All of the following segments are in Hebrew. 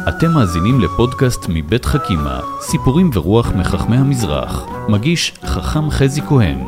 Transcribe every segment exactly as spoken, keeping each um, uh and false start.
אתם מאזינים לפודקאסט מבית חכימה, סיפורים ורוח מחכמי המזרח. מגיש חכם חזי כהן.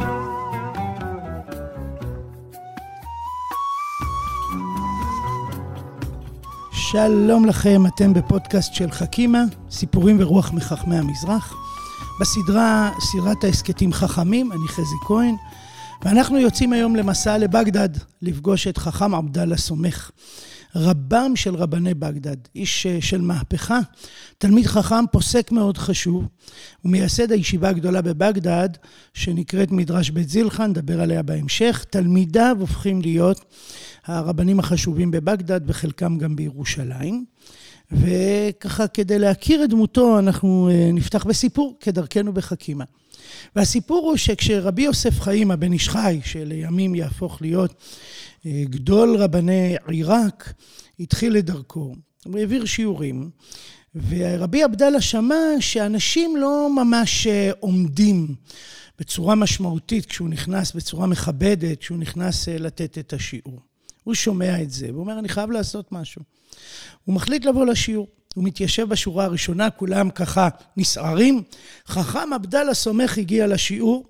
שלום לכם, אתם בפודקאסט של חכימה, סיפורים ורוח מחכמי המזרח. בסדרה, סדרת העסקתים חכמים, אני חזי כהן, ואנחנו יוצאים היום למסע לבגדד, לפגוש את חכם עבדאללה סומך, רבם של רבני בגדד, איש של מהפכה, תלמיד חכם, פוסק מאוד חשוב, הוא מייסד הישיבה הגדולה בבגדד, שנקראת מדרש בית זילכה, נדבר עליה בהמשך. תלמידיו הופכים להיות הרבנים החשובים בבגדד, וחלקם גם בירושלים. וככה, כדי להכיר את דמותו, אנחנו נפתח בסיפור, כדרכנו בחכימה. והסיפור הוא שכשרבי יוסף חיים, הבן איש חי, שלימים יהפוך להיות גדול רבני עיראק, התחיל לדרכו. הוא העביר שיעורים, ורבי עבדאללה שמע שאנשים לא ממש עומדים בצורה משמעותית כשהוא נכנס, בצורה מכבדת, כשהוא נכנס לתת את השיעור. הוא שומע את זה, והוא אומר, אני חייב לעשות משהו. הוא מחליט לבוא לשיעור. הוא מתיישב בשורה הראשונה, כולם ככה נסערים. חכם עבדאללה סומך הגיע לשיעור,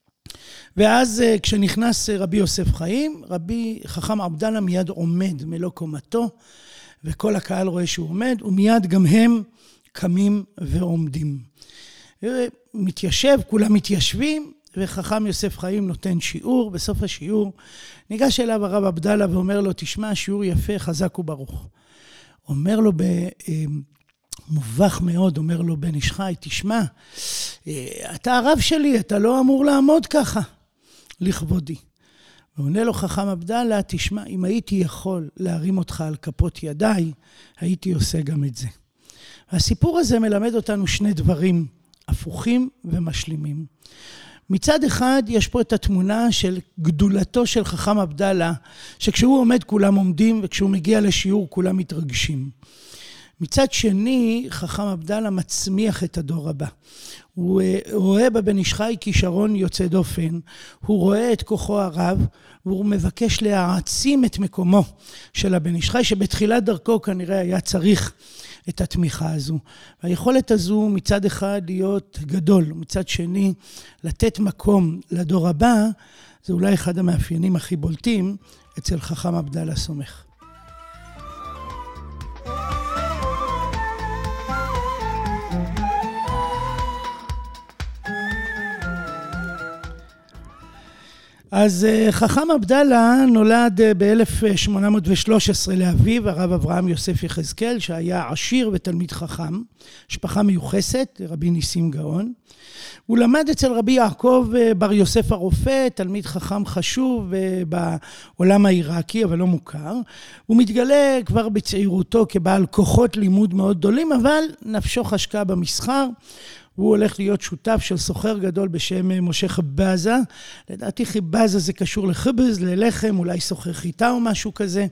ואז כשנכנס רבי יוסף חיים, רבי חכם עבדאללה מיד עומד מלוא קומתו, וכל הקהל רואה שהוא עומד, ומיד גם הם קמים ועומדים. מתיישב, כולם מתיישבים, וחכם יוסף חיים נותן שיעור. בסוף השיעור ניגש אליו הרב עבדאללה ואומר לו, תשמע, שיעור יפה, חזק וברוך. אומר לו במובך מאוד, אומר לו בן איש חי, תשמע, אתה הרב שלי, אתה לא אמור לעמוד ככה לכבודי. ועונה לו חכם עבדאללה, תשמע, אם הייתי יכול להרים אותך על כפות ידיי, הייתי עושה גם את זה. הסיפור הזה מלמד אותנו שני דברים הפוכים ומשלימים. מצד אחד יש פה את התמונה של גדולתו של חכם עבדאללה, שכשהוא עומד כולם עומדים, וכשהוא מגיע לשיעור כולם מתרגשים. מצד שני, חכם עבדאללה מצמיח את הדור הבא. הוא רואה בבן איש חי כישרון יוצא דופן, הוא רואה את כוחו הרב, והוא מבקש להעצים את מקומו של הבן איש חי, שבתחילת דרכו כנראה היה צריך את התמיכה הזו. והיכולת הזו מצד אחד להיות גדול, מצד שני לתת מקום לדור הבא, זה אולי אחד המאפיינים הכי בולטים אצל חכם עבדאללה סומך. אז חכם עבדאללה נולד ב-אלף שמונה מאות ושלוש עשרה לאביו, הרב אברהם יוסף יחזקאל, שהיה עשיר ותלמיד חכם, משפחה מיוחסת, רבי ניסים גאון. הוא למד אצל רבי יעקב בר יוסף הרופא, תלמיד חכם חשוב בעולם העיראקי, אבל לא מוכר. הוא מתגלה כבר בצעירותו כבעל כוחות לימוד מאוד גדולים, אבל נפשו חשקה במסחר. הוא הולך להיות שותף של סוחר גדול בשם משה חיבאזה. לדעתי חיבאזה זה קשור לחבז, ללחם, אולי סוחר חיטה או משהו כזה.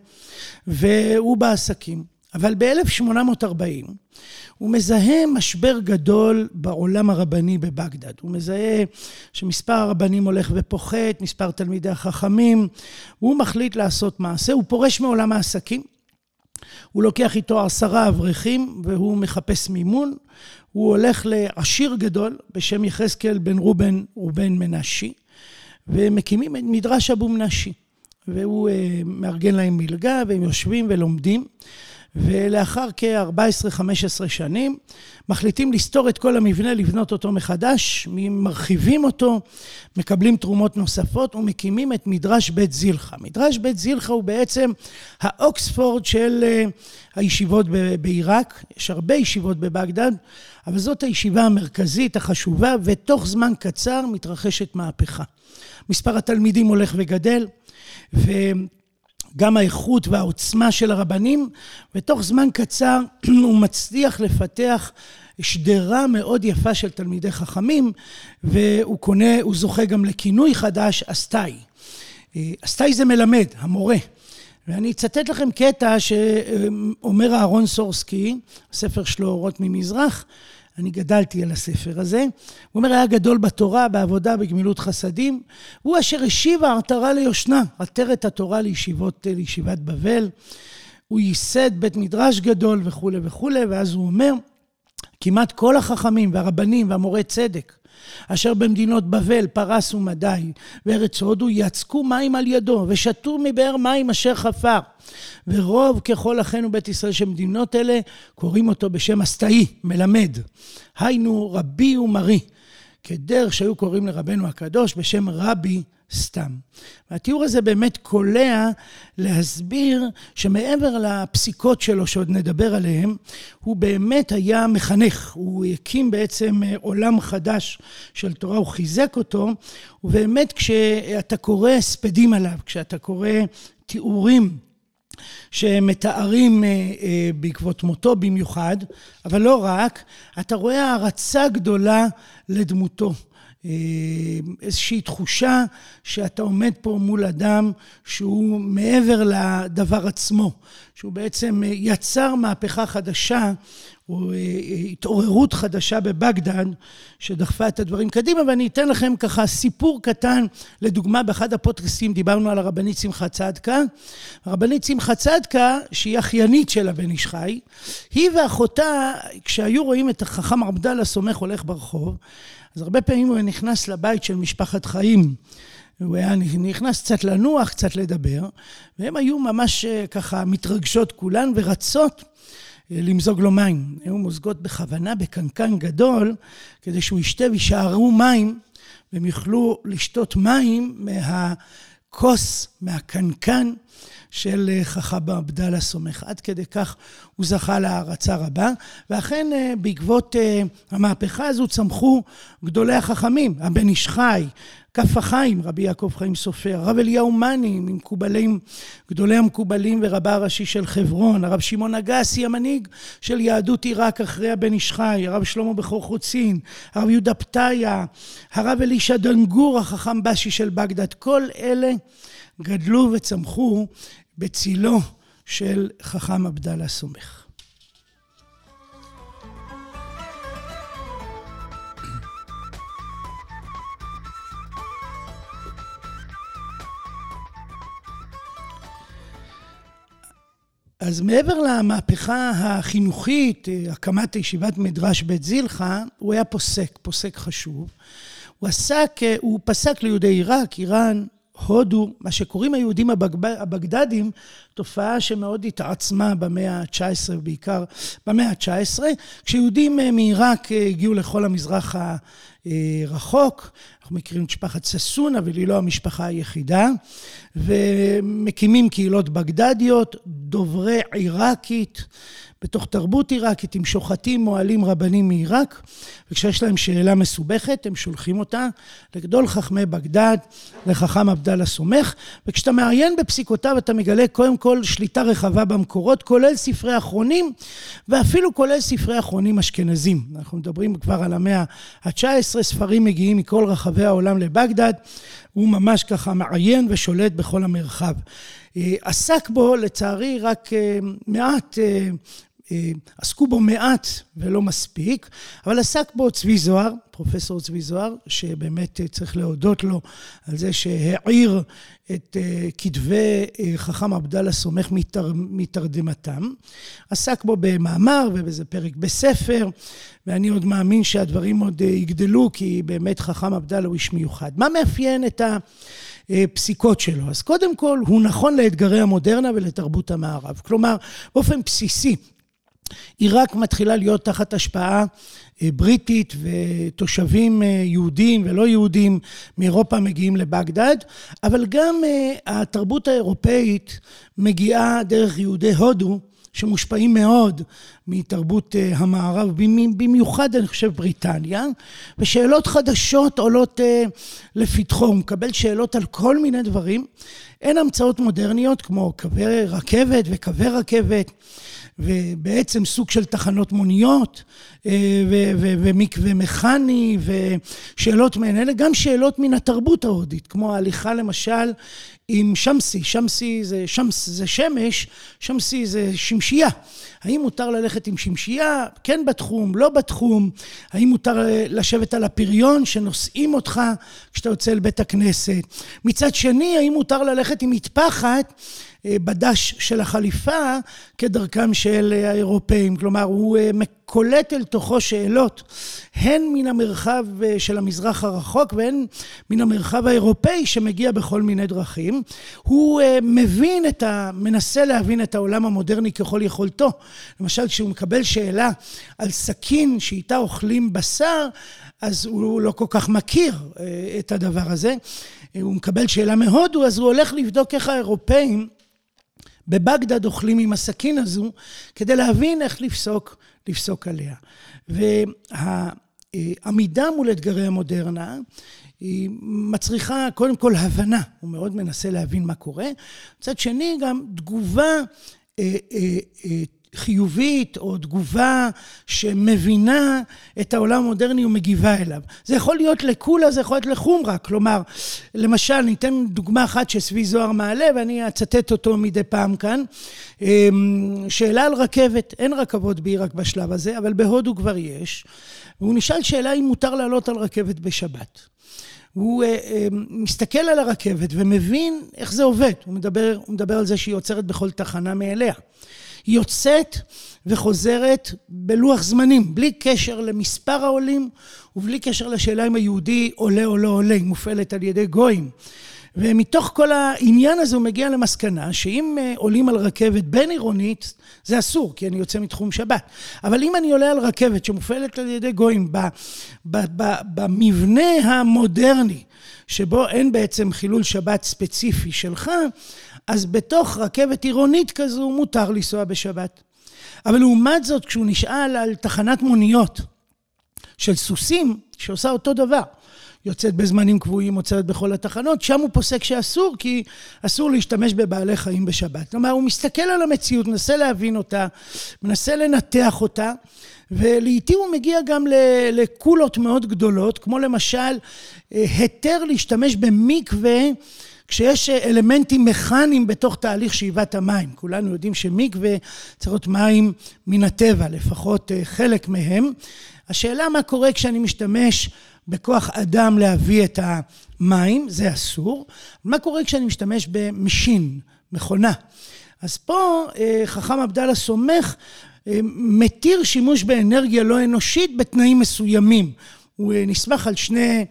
והוא בעסקים. אבל ב-אלף שמונה מאות וארבעים הוא מזהה משבר גדול בעולם הרבני בבגדד. הוא מזהה שמספר הרבנים הולך ופוחת, מספר תלמידי החכמים. הוא מחליט לעשות מעשה, הוא פורש מעולם העסקים. הוא לוקח איתו עשרה אברכים והוא מחפש מימון. הוא הולך לעשיר גדול בשם יחזקאל בן רובן רובן מנשי, ומקימים את מדרש אבו מנשי. והוא מארגן להם מלגה, והם יושבים ולומדים. ולאחר כ-ארבע עשרה חמש עשרה שנים, מחליטים לסתור את כל המבנה, לבנות אותו מחדש, מרחיבים אותו, מקבלים תרומות נוספות, ומקימים את מדרש בית זילכה. מדרש בית זילכה הוא בעצם האוקספורד של הישיבות בעיראק, יש הרבה ישיבות בבגדד, אבל זאת הישיבה המרכזית, החשובה, ותוך זמן קצר מתרחשת מהפכה. מספר התלמידים הולך וגדל, ו... גם האיכות והעוצמה של הרבנים, ותוך זמן קצר הוא מצליח לפתח שדרה מאוד יפה של תלמידי חכמים, והוא קונה, הוא זוכה גם לכינוי חדש, אסתאי. אסתאי זה מלמד, המורה. ואני אצטט לכם קטע שאומר אהרון סורסקי, הספר שלו אורות ממזרח, אני גדלתי על הספר הזה. הוא אומר, היה גדול בתורה, בעבודה, בגמילות חסדים. הוא אשר השיב העטרה ליושנה, עטרת התורה לישיבות, לישיבת בבל. הוא ייסד בית מדרש גדול וכו' וכו', ואז הוא אומר, כמעט כל החכמים והרבנים והמורי צדק, אשר במדינות בבל, פרס ומדי, וארץ הודו, יצקו מים על ידו, ושתו מבאר מים אשר חפר. ורוב ככל אחינו בית ישראל שמדינות אלה, קוראים אותו בשם אסתאי, מלמד. היינו רבי ומרי, כדרך שהיו קוראים לרבנו הקדוש בשם רבי סתם. והתיאור הזה באמת קולע להסביר שמעבר לפסיקות שלו שעוד נדבר עליהם, הוא באמת היה מחנך, הוא הקים בעצם עולם חדש של תורה, הוא חיזק אותו, ובאמת כשאתה קורא הספדים עליו, כשאתה קורא תיאורים שמתארים בעקבות מותו במיוחד, אבל לא רק, אתה רואה הערצה גדולה לדמותו. איזושהי תחושה שאתה עומד פה מול אדם שהוא מעבר לדבר עצמו, שהוא בעצם יצר מהפכה חדשה, או התעוררות חדשה בבגדד, שדחפה את הדברים קדימה, ואני אתן לכם ככה סיפור קטן, לדוגמה באחד הפודקאסטים דיברנו על הרבנית שמחה צדקה, הרבנית שמחה צדקה, שהיא אחיינית של הבן איש חי, היא ואחותה, כשהיו רואים את החכם עבדאללה סומך הולך ברחוב, אז הרבה פעמים הוא נכנס לבית של משפחת חיים, הוא היה נכנס קצת לנוח, קצת לדבר, והם היו ממש ככה מתרגשות כולן ורצות למזוג לו מים. היו מוזגות בכוונה בקנקן גדול, כדי שהוא ישתה וישארו מים, והם יוכלו לשתות מים מהכוס, מהקנקן של חכם עבדאללה סומך. עד כדי כך הוא זכה להערצה רבה, ואכן בעקבות המהפכה הזו צמחו גדולי החכמים, הבן איש חי, כף החיים, רבי יעקב חיים סופר, הרב אליהו מאני, ממקובלים, גדולי המקובלים ורבה הראשי של חברון, הרב שמעון אגסי, המנהיג של יהדות עיראק אחרי הבן איש חי, הרב שלמה בכור חוצין, הרב יהודה פתיה, הרב אלישע דנגור, החכם בשי של בגדד, כל אלה גדלו וצמחו בצילו של חכם עבדאללה סומך. אז מעבר למהפכה החינוכית, הקמת ישיבת מדרש בית זילכה, הוא היה פוסק, פוסק חשוב. הוא עסק, הוא פסק ליהודי עיראק, איראן, הודו, מה שקוראים היהודים הבגדדים, תופעה שמאוד התעצמה במאה ה-תשע עשרה, בעיקר במאה ה-תשע עשרה, כשיהודים מעיראק הגיעו לכל המזרח הרחוק, אנחנו מכירים את משפחת ססונה, אבל היא לא המשפחה היחידה, ומקימים קהילות בגדדיות, דוברי עיראקית, בתוך תרבות עיראקית, עם שוחטים, מועלים רבנים מעיראק, וכשיש להם שאלה מסובכת, הם שולחים אותה לגדול חכמי בגדד, לחכם עבדאללה סומך, וכשאתה מעיין בפסיקותיו, אתה מגלה קודם כל שליטה רחבה במקורות, כולל ספרי אחרונים, ואפילו כולל ספרי אחרונים אשכנזים. אנחנו מדברים כבר על המאה ה-תשע עשרה, ספרים מגיעים מכל רחבי העולם לבגדד, הוא ממש ככה מעיין ושולט בכל המרחב. עסק בו לצערי רק מעט, עסקו בו מעט ולא מספיק, אבל עסק בו צבי זוהר, פרופסור צבי זוהר, שבאמת צריך להודות לו על זה שהעיר את כתבי חכם עבדאללה סומך מתרדמתם. עסק בו במאמר ובזה פרק בספר, ואני עוד מאמין שהדברים עוד יגדלו, כי באמת חכם עבדאללה הוא איש מיוחד. מה מאפיין את הפסיקות שלו? אז קודם כל, הוא נכון לאתגרי המודרנה ולתרבות המערב. כלומר, באופן בסיסי, עיראק מתחילה להיות תחת השפעה בריטית, ותושבים יהודים ולא יהודים מאירופה מגיעים לבגדד, אבל גם התרבות האירופאית מגיעה דרך יהודי הודו, שמושפעים מאוד מתרבות המערב, במיוחד אני חושב בריטניה, ושאלות חדשות עולות לפתחו, הוא מקבל שאלות על כל מיני דברים, אין המצאות מודרניות כמו קווי רכבת וקווי רכבת, ובעצם סוג של תחנות מוניות, ומקווה מכני, ושאלות מהן, אלה גם שאלות מן התרבות ההודית, כמו ההליכה למשל עם שמסי, שמסי זה, שמס זה שמש, שמסי זה שמשייה. האם מותר ללכת עם שמשייה? כן בתחום, לא בתחום. האם מותר לשבת על הפריון שנושאים אותך כשאתה יוצא לבית הכנסת? מצד שני, האם מותר ללכת עם מטפחת בדש של החליפה כדרכם של האירופאים? כלומר, הוא קולט אל תוכו שאלות, הן מן המרחב של המזרח הרחוק והן מן המרחב האירופאי שמגיע בכל מיני דרכים. הוא מבין את ה... מנסה להבין את העולם המודרני ככל יכולתו. למשל, כשהוא מקבל שאלה על סכין שאיתה אוכלים בשר, אז הוא לא כל כך מכיר את הדבר הזה. הוא מקבל שאלה מהודו, אז הוא הולך לבדוק איך האירופאים בבגדד אוכלים עם הסכין הזו, כדי להבין איך לפסוק, לפסוק עליה. והעמידה מול אתגרי המודרנה, היא מצריכה קודם כל הבנה, הוא מאוד מנסה להבין מה קורה. מצד שני גם תגובה אה, אה, אה, חיובית או תגובה שמבינה את העולם המודרני ומגיבה אליו. זה יכול להיות לקולה, זה יכול להיות לחומרה. כלומר, למשל, ניתן דוגמה אחת שסבי זוהר מעלה, ואני אצטט אותו מדי פעם כאן. שאלה על רכבת, אין רכבות בעיראק בשלב הזה, אבל בהודו כבר יש. והוא נשאל שאלה אם מותר לעלות על רכבת בשבת. הוא מסתכל על הרכבת ומבין איך זה עובד. הוא מדבר, הוא מדבר על זה שהיא עוצרת בכל תחנה מאליה. היא יוצאת וחוזרת בלוח זמנים, בלי קשר למספר העולים, ובלי קשר לשאלה אם היהודי עולה או לא עולה, היא מופעלת על ידי גויים. ומתוך כל העניין הזה הוא מגיע למסקנה, שאם עולים על רכבת בין עירונית, זה אסור, כי אני יוצא מתחום שבת. אבל אם אני עולה על רכבת שמופעלת על ידי גויים, ב, ב, ב, במבנה המודרני, שבו אין בעצם חילול שבת ספציפי שלך, אז בתוך רכבת עירונית כזו מותר לנסוע בשבת. אבל לעומת זאת, כשהוא נשאל על תחנת מוניות של סוסים, שעושה אותו דבר, יוצאת בזמנים קבועים, עוצרת בכל התחנות, שם הוא פוסק שאסור, כי אסור להשתמש בבעלי חיים בשבת. כלומר, הוא מסתכל על המציאות, מנסה להבין אותה, מנסה לנתח אותה, ולעיתים הוא מגיע גם לקולות מאוד גדולות, כמו למשל, היתר להשתמש במקווה, כשיש אלמנטים מכניים בתוך תהליך שאיבת המים. כולנו יודעים שמקווה צריך להיות מים מן הטבע, לפחות חלק מהם. השאלה מה קורה כשאני משתמש בכוח אדם להביא את המים, זה אסור. מה קורה כשאני משתמש במשין, מכונה? אז פה חכם עבדאללה סומך מתיר שימוש באנרגיה לא אנושית בתנאים מסוימים. הוא נסמך על שני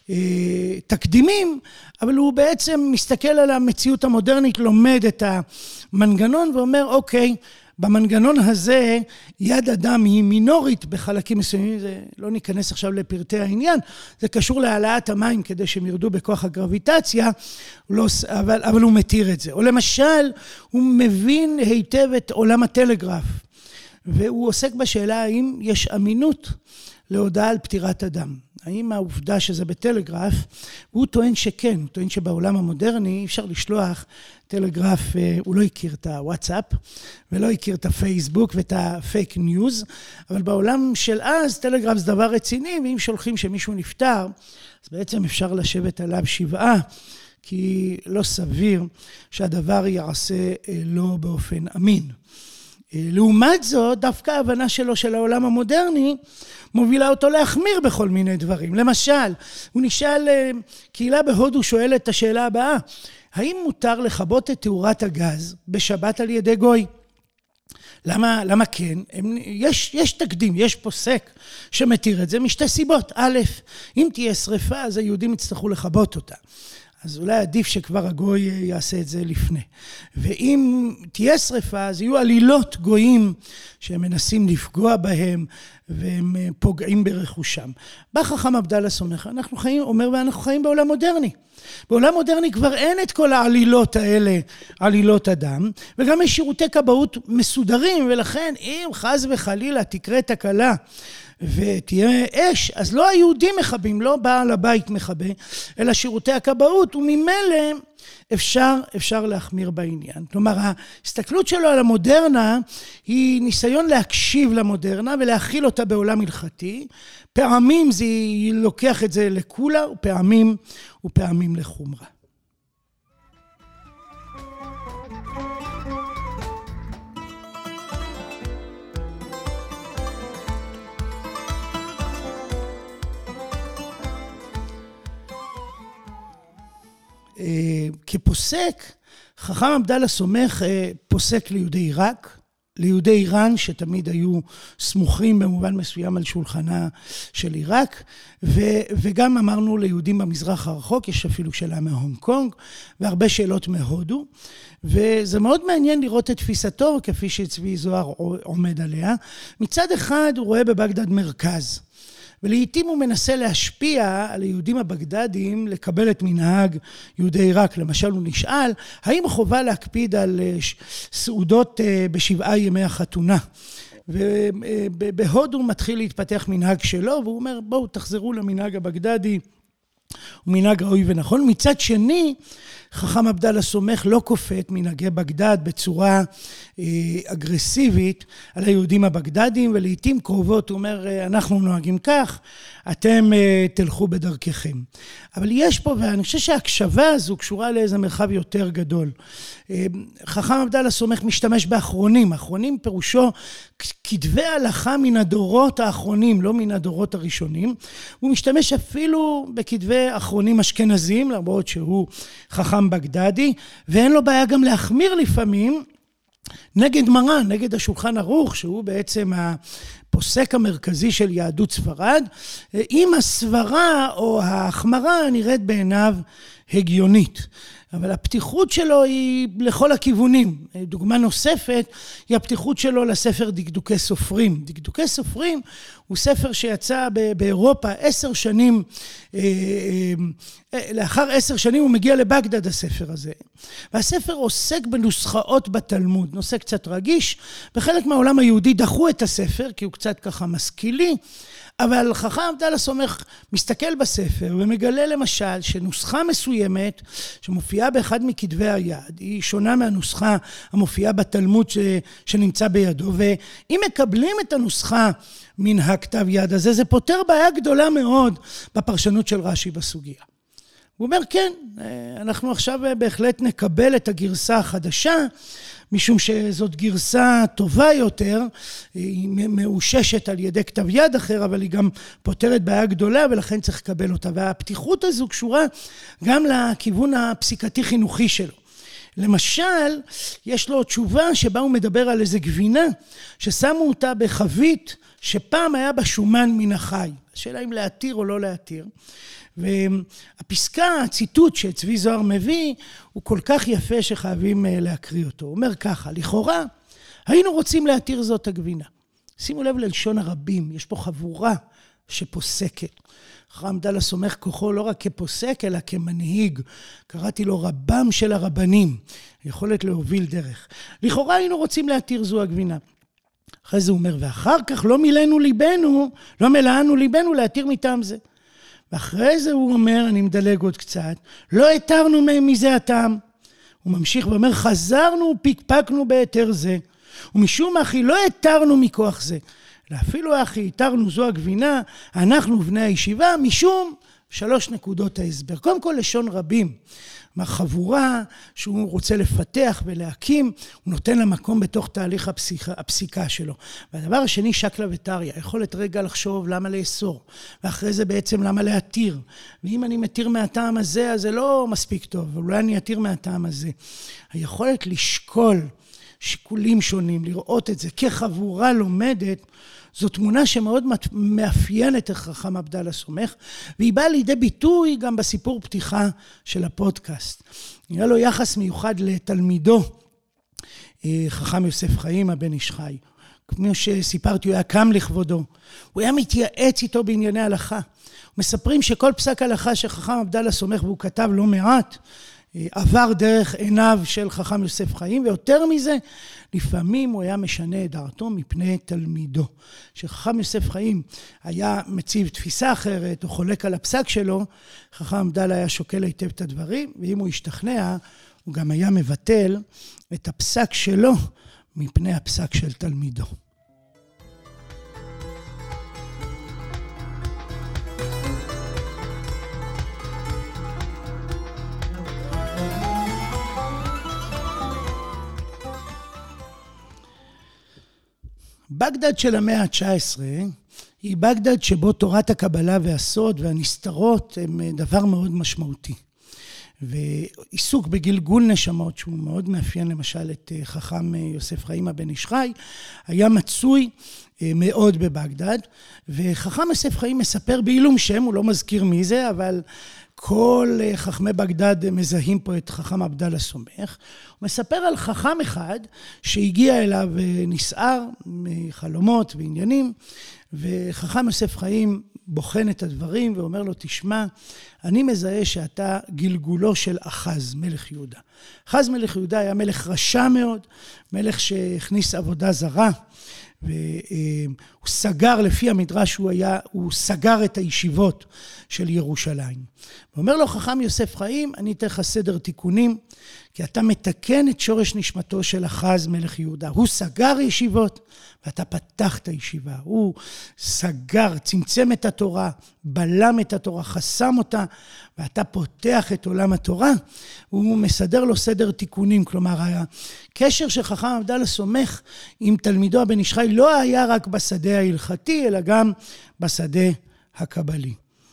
תקדימים, אבל הוא בעצם מסתכל על המציאות המודרנית, לומד את המנגנון ואומר, אוקיי, במנגנון הזה יד אדם היא מינורית בחלקים מסוימים, זה לא ניכנס עכשיו לפרטי העניין, זה קשור להעלאת המים כדי שהם ירדו בכוח הגרביטציה, לא, אבל, אבל הוא מתיר את זה. או למשל, הוא מבין היטב את עולם הטלגרף, והוא עוסק בשאלה האם יש אמינות להודעה על פטירת אדם. האם העובדה שזה בטלגרף, הוא טוען שכן, הוא טוען שבעולם המודרני אי אפשר לשלוח טלגרף, הוא לא הכיר את הוואטסאפ, ולא הכיר את הפייסבוק ואת הפייק ניוז, אבל בעולם של אז טלגרף זה דבר רציני, ואם שולחים שמישהו נפטר, אז בעצם אפשר לשבת עליו שבעה, כי לא סביר שהדבר יעשה לא באופן אמין. לעומת זאת, דווקא ההבנה שלו של העולם המודרני, מובילה אותו להחמיר בכל מיני דברים. למשל, הוא נשאל, קהילה בהודו שואלת את השאלה הבאה, האם מותר לכבות את תאורת הגז בשבת על ידי גוי? למה, למה כן? הם, יש, יש תקדים, יש פוסק שמתיר את זה משתי סיבות. א', אם תהיה שריפה, אז היהודים יצטרכו לכבות אותה. אז אולי עדיף שכבר הגוי יעשה את זה לפני. ואם תהיה שריפה, אז יהיו עלילות גויים שהם מנסים לפגוע בהם, והם פוגעים ברכושם. בא חכם עבדאללה סומך, אנחנו חיים, אומר, ואנחנו חיים בעולם מודרני. בעולם מודרני כבר אין את כל העלילות האלה, עלילות אדם, וגם יש שירותי כבאות מסודרים, ולכן אם חס וחלילה תקרה תקלה, ותהיה אש, אז לא היהודים מכבים, לא בעל הבית מכבה, אלא שירותי הכבאות, וממילא אפשר, אפשר להחמיר בעניין. כלומר, ההסתכלות שלו על המודרנה, היא ניסיון להקשיב למודרנה, ולהכיל אותה בעולם הלכתי. פעמים זה לוקח את זה לקולה, ופעמים, ופעמים לחומרה. כפוסק, חכם עבדאללה סומך פוסק ליהודי עיראק, ליהודי איראן שתמיד היו סמוכים במובן מסוים על שולחנה של עיראק, ו- וגם אמרנו ליהודים במזרח הרחוק, יש אפילו שאלה מהונג קונג, והרבה שאלות מהודו, וזה מאוד מעניין לראות את תפיסתו, כפי שצבי זוהר עומד עליה. מצד אחד הוא רואה בבגדד מרכז, ולעיתים הוא מנסה להשפיע על היהודים הבגדדים לקבל את מנהג יהודי עיראק. למשל הוא נשאל, האם חובה להקפיד על סעודות בשבעה ימי החתונה? ובהודו מתחיל להתפתח מנהג שלו, והוא אומר בואו תחזרו למנהג הבגדדי, הוא מנהג ראוי ונכון. מצד שני, חכם עבדאללה סומך לא כופה את מנהגי בגדד בצורה אה, אגרסיבית על היהודים הבגדדים, ולעיתים קרובות הוא אומר, אנחנו נוהגים כך, אתם אה, תלכו בדרככם. אבל יש פה, ואני חושב שההקשבה הזו קשורה לאיזה מרחב יותר גדול. אה, חכם עבדאללה סומך משתמש באחרונים, אחרונים פירושו כתבי הלכה מן הדורות האחרונים, לא מן הדורות הראשונים. הוא משתמש אפילו בכתבי אחרונים אשכנזים, למרות שהוא חכם בגדדי, ואין לו בעיה גם להחמיר לפעמים נגד מרן, נגד השולחן ערוך, שהוא בעצם הפוסק המרכזי של יהדות ספרד, אם הסברה או ההחמרה נראית בעיניו הגיונית. אבל הפתיחות שלו היא לכל הכיוונים. דוגמה נוספת היא הפתיחות שלו לספר דקדוקי סופרים. דקדוקי סופרים הוא ספר שיצא באירופה עשר שנים, לאחר עשר שנים הוא מגיע לבגדד הספר הזה. והספר עוסק בנוסחאות בתלמוד, נושא קצת רגיש, וחלק מהעולם היהודי דחו את הספר כי הוא קצת ככה משכילי, אבל חכם עבדאללה סומך מסתכל בספר ומגלה למשל שנוסחה מסוימת שמופיעה באחד מכתבי היד, היא שונה מהנוסחה המופיעה בתלמוד ש... שנמצא בידו, ואם מקבלים את הנוסחה מן הכתב יד הזה, זה פותר בעיה גדולה מאוד בפרשנות של רש"י בסוגיה. הוא אומר כן, אנחנו עכשיו בהחלט נקבל את הגרסה החדשה, משום שזאת גרסה טובה יותר, היא מאוששת על ידי כתב יד אחר, אבל היא גם פותרת בעיה גדולה, ולכן צריך לקבל אותה. והפתיחות הזו קשורה גם לכיוון הפסיקתי חינוכי שלו. למשל, יש לו תשובה שבה הוא מדבר על איזה גבינה, ששמו אותה בחבית, שפעם היה בה שומן מן החי. השאלה אם להתיר או לא להתיר. והפסקה, הציטוט שצבי זוהר מביא, הוא כל כך יפה שחייבים להקריא אותו. הוא אומר ככה, לכאורה, היינו רוצים להתיר זאת הגבינה. שימו לב ללשון הרבים, יש פה חבורה שפוסקת. חכם עבדאללה סומך כוחו לא רק כפוסק, אלא כמנהיג. קראתי לו רבם של הרבנים, יכולת להוביל דרך. לכאורה היינו רוצים להתיר זו הגבינה. אחרי זה הוא אומר, ואחר כך לא מילאנו ליבנו, לא מלאנו ליבנו להתיר מטעם זה. ואחרי זה הוא אומר, אני מדלג עוד קצת, לא התרנו מהם מזה הטעם. הוא ממשיך ואומר, חזרנו ופיקפקנו בהיתר זה, ומשום אחי לא התרנו מכוח זה. אפילו אחי, התרנו זו הגבינה, אנחנו בני הישיבה, משום שלוש נקודות ההסבר. קודם כל לשון רבים, מהחבורה שהוא רוצה לפתח ולהקים, הוא נותן לה מקום בתוך תהליך הפסיקה, הפסיקה שלו. והדבר השני, שקלה וטריה, יכולת רגע לחשוב למה לאסור, ואחרי זה בעצם למה להתיר. ואם אני מתיר מהטעם הזה, אז זה לא מספיק טוב, אולי אני אתיר מהטעם הזה. היכולת לשקול שיקולים שונים, לראות את זה כחבורה לומדת, זו תמונה שמאוד מאפיינת את חכם עבדאללה סומך, והיא באה לידי ביטוי גם בסיפור פתיחה של הפודקאסט. היה לו יחס מיוחד לתלמידו, חכם יוסף חיים, הבן איש חי. כמו שסיפרתי, הוא היה קם לכבודו. הוא היה מתייעץ איתו בענייני הלכה. מספרים שכל פסק הלכה שחכם עבדאללה סומך, והוא כתב לא מעט, עבר דרך עיניו של חכם יוסף חיים, ויותר מזה, לפעמים הוא היה משנה את דעתו מפני תלמידו. שחכם יוסף חיים היה מציב תפיסה אחרת, או חולק על הפסק שלו, חכם עבדאללה היה שוקל היטב את הדברים, ואם הוא השתכנע, הוא גם היה מבטל את הפסק שלו מפני הפסק של תלמידו. בגדד של המאה ה-תשע עשרה היא בגדד שבו תורת הקבלה והסוד והנסתרות הם דבר מאוד משמעותי. ועיסוק בגלגול נשמות, שהוא מאוד מאפיין למשל את חכם יוסף חיים הבן איש חי, היה מצוי מאוד בבגדד, וחכם יוסף חיים מספר בעילום שם, הוא לא מזכיר מי זה, אבל כל חכמי בגדד מזהים פה את חכם עבדאללה סומך. הוא מספר על חכם אחד שהגיע אליו נסער מחלומות ועניינים, וחכם יוסף חיים בוחן את הדברים ואומר לו, תשמע, אני מזהה שאתה גלגולו של אחז, מלך יהודה. אחז מלך יהודה היה מלך רשע מאוד, מלך שהכניס עבודה זרה, והוא סגר, לפי המדרש הוא היה, הוא סגר את הישיבות של ירושלים. ואומר לו חכם יוסף חיים, אני אתן לך סדר תיקונים, כי אתה מתקן את שורש נשמתו של אחז מלך יהודה. הוא סגר ישיבות, ואתה פתח את הישיבה. הוא סגר, צמצם את התורה, בלם את התורה, חסם אותה, ואתה פותח את עולם התורה. הוא מסדר לו סדר תיקונים, כלומר, הקשר של חכם עבדאללה סומך עם תלמידו הבן איש חי לא היה רק בשדה ההלכתי, אלא גם בשדה הקבלי.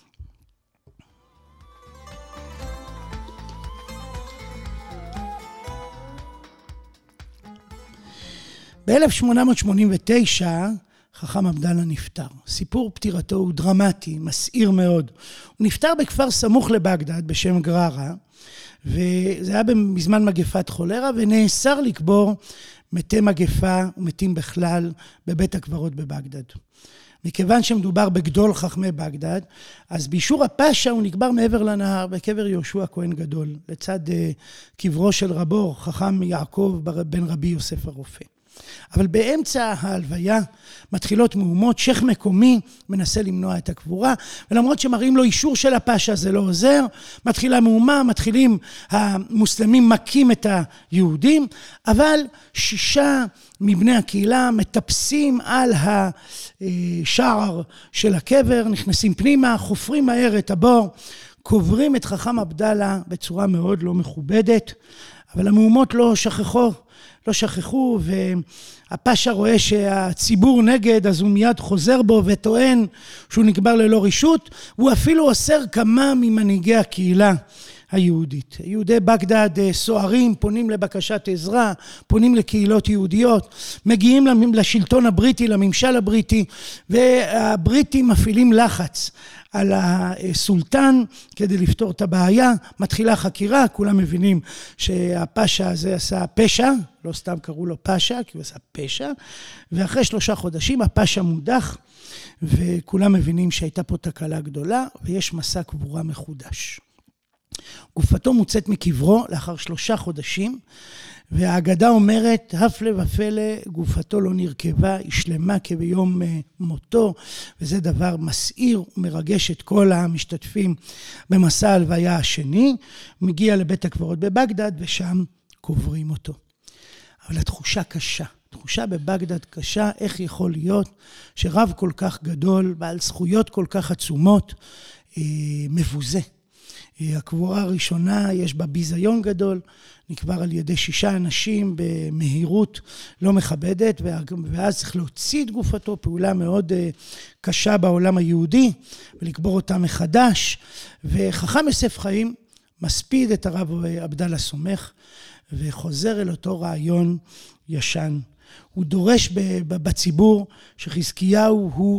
ב-אלף שמונה מאות שמונים ותשע חכם עבדאללה נפטר. סיפור פטירתו הוא דרמטי, מסעיר מאוד. הוא נפטר בכפר סמוך לבגדד בשם גררה, וזה היה בזמן מגפת חולרה, ונאסר לקבור מתי מגפה ומתים בכלל בבית הקברות בבגדד. מכיוון שמדובר בגדול חכמי בגדד, אז באישור הפאשה הוא נקבר מעבר לנהר בקבר יהושע הכהן גדול, לצד קברו של רבו, חכם יעקב בן רבי יוסף הרופא. אבל באמצע ההלוויה מתחילות מהומות, שייך מקומי מנסה למנוע את הקבורה, ולמרות שמראים לו אישור של הפאשה זה לא עוזר, מתחילה מהומה, מתחילים המוסלמים מכים את היהודים, אבל שישה מבני הקהילה מטפסים על השער של הקבר, נכנסים פנימה, חופרים מהר את הבור, קוברים את חכם עבדאללה בצורה מאוד לא מכובדת, אבל המהומות לא שכחו, לא שכחו, והפאשה רואה שהציבור נגד, אז הוא מיד חוזר בו וטוען שהוא נקבר ללא רשות, הוא אפילו אוסר כמה ממנהיגי הקהילה היהודית. יהודי בגדד סוערים, פונים לבקשת עזרה, פונים לקהילות יהודיות, מגיעים לשלטון הבריטי, לממשל הבריטי, והבריטים מפעילים לחץ על הסולטן כדי לפתור את הבעיה, מתחילה חקירה, כולם מבינים שהפאשה הזה עשה פשע, לא סתם קראו לו פאשה, כי הוא עשה פשע, ואחרי שלושה חודשים הפאשה מודח, וכולם מבינים שהייתה פה תקלה גדולה, ויש מסע קבורה מחודש. גופתו מוצאת מקברו לאחר שלושה חודשים, והאגדה אומרת, הפלא ופלא, גופתו לא נרכבה, היא שלמה כביום מותו, וזה דבר מסעיר ומרגש את כל המשתתפים במסע ההלוויה השני, מגיע לבית הקברות בבגדד, ושם קוברים אותו. אבל התחושה קשה, תחושה בבגדד קשה, איך יכול להיות שרב כל כך גדול, בעל זכויות כל כך עצומות, מבוזה. הקבורה הראשונה יש בה ביזיון גדול, נקבר על ידי שישה אנשים במהירות לא מכבדת, ואז צריך להוציא את גופתו, פעולה מאוד קשה בעולם היהודי, ולקבור אותה מחדש. וחכם יוסף חיים מספיד את הרב עבדאללה סומך, וחוזר אל אותו רעיון ישן. הוא דורש בציבור שחזקיהו הוא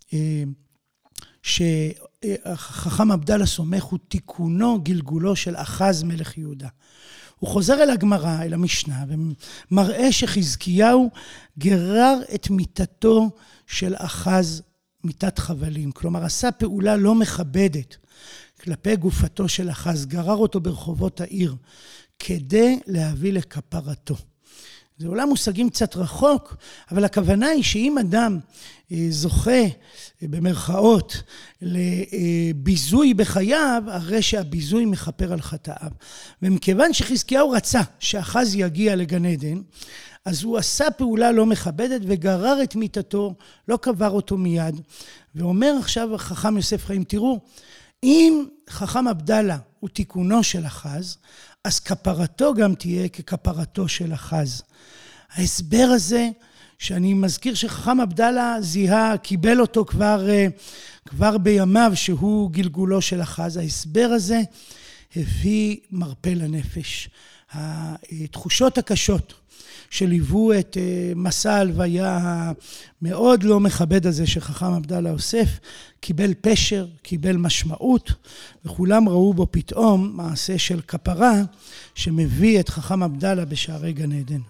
ש... חכם עבדאללה סומך הוא תיקונו, גלגולו של אחז מלך יהודה. הוא חוזר אל הגמרא, אל המשנה, ומראה שחזקיהו גרר את מיתתו של אחז מיתת חבלים. כלומר, עשה פעולה לא מכבדת כלפי גופתו של אחז, גרר אותו ברחובות העיר, כדי להביא לכפרתו. זה עולם מושגים קצת רחוק, אבל הכוונה היא שאם אדם זוכה במרכאות לביזוי בחייו, הרי שהביזוי מכפר על חטאיו. ומכיוון שחזקיהו רצה שאחז יגיע לגן עדן, אז הוא עשה פעולה לא מכבדת וגרר את מיתתו, לא קבר אותו מיד. ואומר עכשיו חכם יוסף חיים, תראו, אם חכם עבדאללה הוא תיקונו של אחז, אז כפרתו גם תהיה ככפרתו של אחז. ההסבר הזה, שאני מזכיר שחכם עבדאללה זיהה, קיבל אותו כבר, כבר בימיו שהוא גלגולו של אחז, ההסבר הזה הביא מרפא לנפש. התחושות הקשות שליוו את מסע ההלוויה המאוד לא מכבד הזה שחכם עבדאללה יוסף, קיבל פשר, קיבל משמעות, וכולם ראו בו פתאום מעשה של כפרה שמביא את חכם עבדאללה בשערי גן עדן.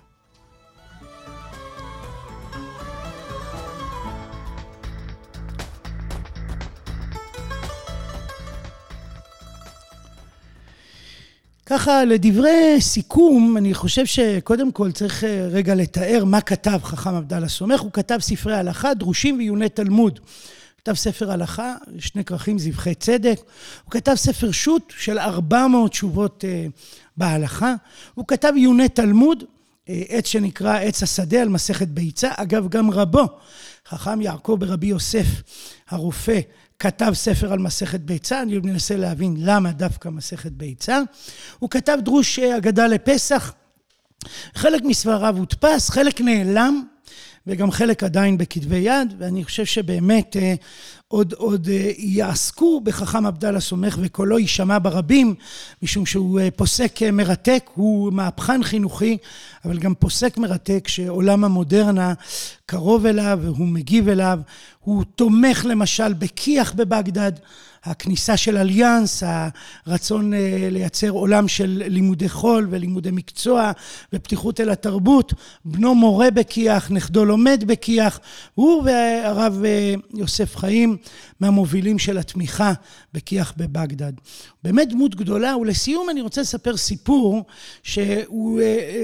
ככה, לדברי סיכום, אני חושב שקודם כל צריך רגע לתאר מה כתב חכם עבדאללה סומך. הוא כתב ספרי הלכה, דרושים ועיוני תלמוד. הוא כתב ספר הלכה, שני כרכים זבחי צדק. הוא כתב ספר שו"ת של ארבע מאות תשובות בהלכה. הוא כתב עיוני תלמוד, עץ שנקרא עץ השדה על מסכת ביצה. אגב, גם רבו, חכם יעקב ברבי יוסף, הרופא, כתב ספר על מסכת ביצה, אני מנסה להבין למה דווקא מסכת ביצה. הוא כתב דרוש אגדה לפסח, חלק מספריו הודפס, חלק נעלם, וגם חלק עדיין בכתבי יד, ואני חושב שבאמת עוד, עוד יעסקו בחכם עבדאללה סומך וקולו יישמע ברבים, משום שהוא פוסק מרתק, הוא מהפכן חינוכי, אבל גם פוסק מרתק שעולם המודרנה קרוב אליו והוא מגיב אליו. הוא תומך למשל בכיח בבגדד, הכניסה של אליאנס, הרצון לייצר עולם של לימודי חול ולימודי מקצוע ופתיחות אל התרבות. בנו מורה בכיח, נכדו לומד בכיח, הוא והרב יוסף חיים מהמובילים של התמיכה בכיח בבגדד. באמת דמות גדולה. ולסיום אני רוצה לספר סיפור שהוא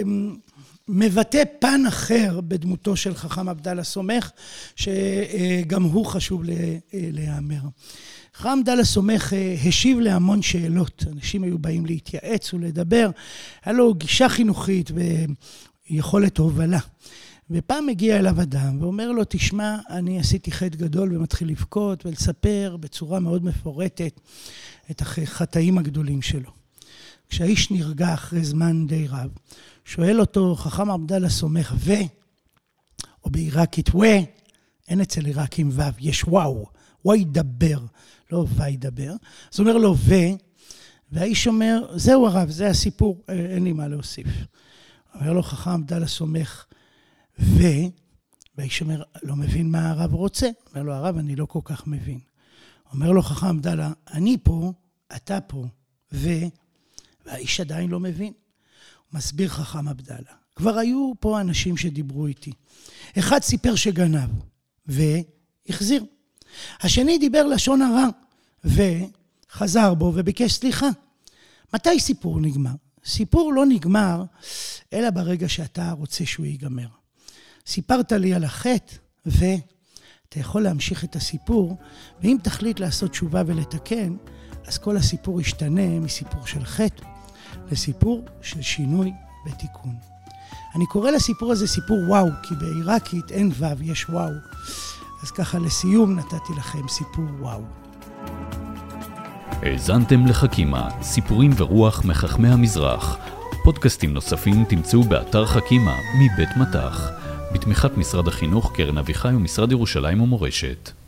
מבטא פן אחר בדמותו של חכם עבדאללה סומך, שגם הוא חשוב להיאמר. חכם עבדאללה סומך השיב להמון שאלות, אנשים היו באים להתייעץ ולדבר, היה לו גישה חינוכית ויכולת הובלה. ופעם מגיע אליו אדם ואומר לו, תשמע, אני עשיתי חטא גדול, ומתחיל לבכות ולספר בצורה מאוד מפורטת את החטאים הגדולים שלו. כשהאיש נרגע אחרי זמן די רב, שואל אותו חכם עבדאללה סומך, ו, או בעיראקית, ו, אין אצל עיראקים וו, יש וואו, וואי ידבר, לא וואי ידבר. אז הוא אומר לו, ו, והאיש אומר, זהו הרב, זה הסיפור, אין לי מה להוסיף. אומר לו חכם עבדאללה סומך, ו, והאיש אומר, לא מבין מה הרב רוצה. אומר לו, הרב, אני לא כל כך מבין. אומר לו חכם עבדאללה, אני פה, אתה פה, ו, והאיש עדיין לא מבין. הוא מסביר חכם עבדאללה. כבר היו פה אנשים שדיברו איתי. אחד סיפר שגנב, והחזיר. השני דיבר לשון הרע, וחזר בו וביקש סליחה. מתי סיפור נגמר? סיפור לא נגמר, אלא ברגע שאתה רוצה שהוא ייגמר. סיפרת לי על החטא, ואתה יכול להמשיך את הסיפור, ואם תחליט לעשות תשובה ולתקן, אז כל הסיפור ישתנה מסיפור של חטא, לסיפור של שינוי ותיקון. אני קורא לסיפור הזה סיפור וואו, כי בעיראקית אין וו, יש וואו. אז ככה לסיום נתתי לכם סיפור וואו. האזנתם לחכימה, סיפורים ורוח מחכמי המזרח. פודקאסטים נוספים תמצאו באתר חכימה מבית מטח, בתמיכת משרד החינוך, קרן אביחי ומשרד ירושלים ומורשת.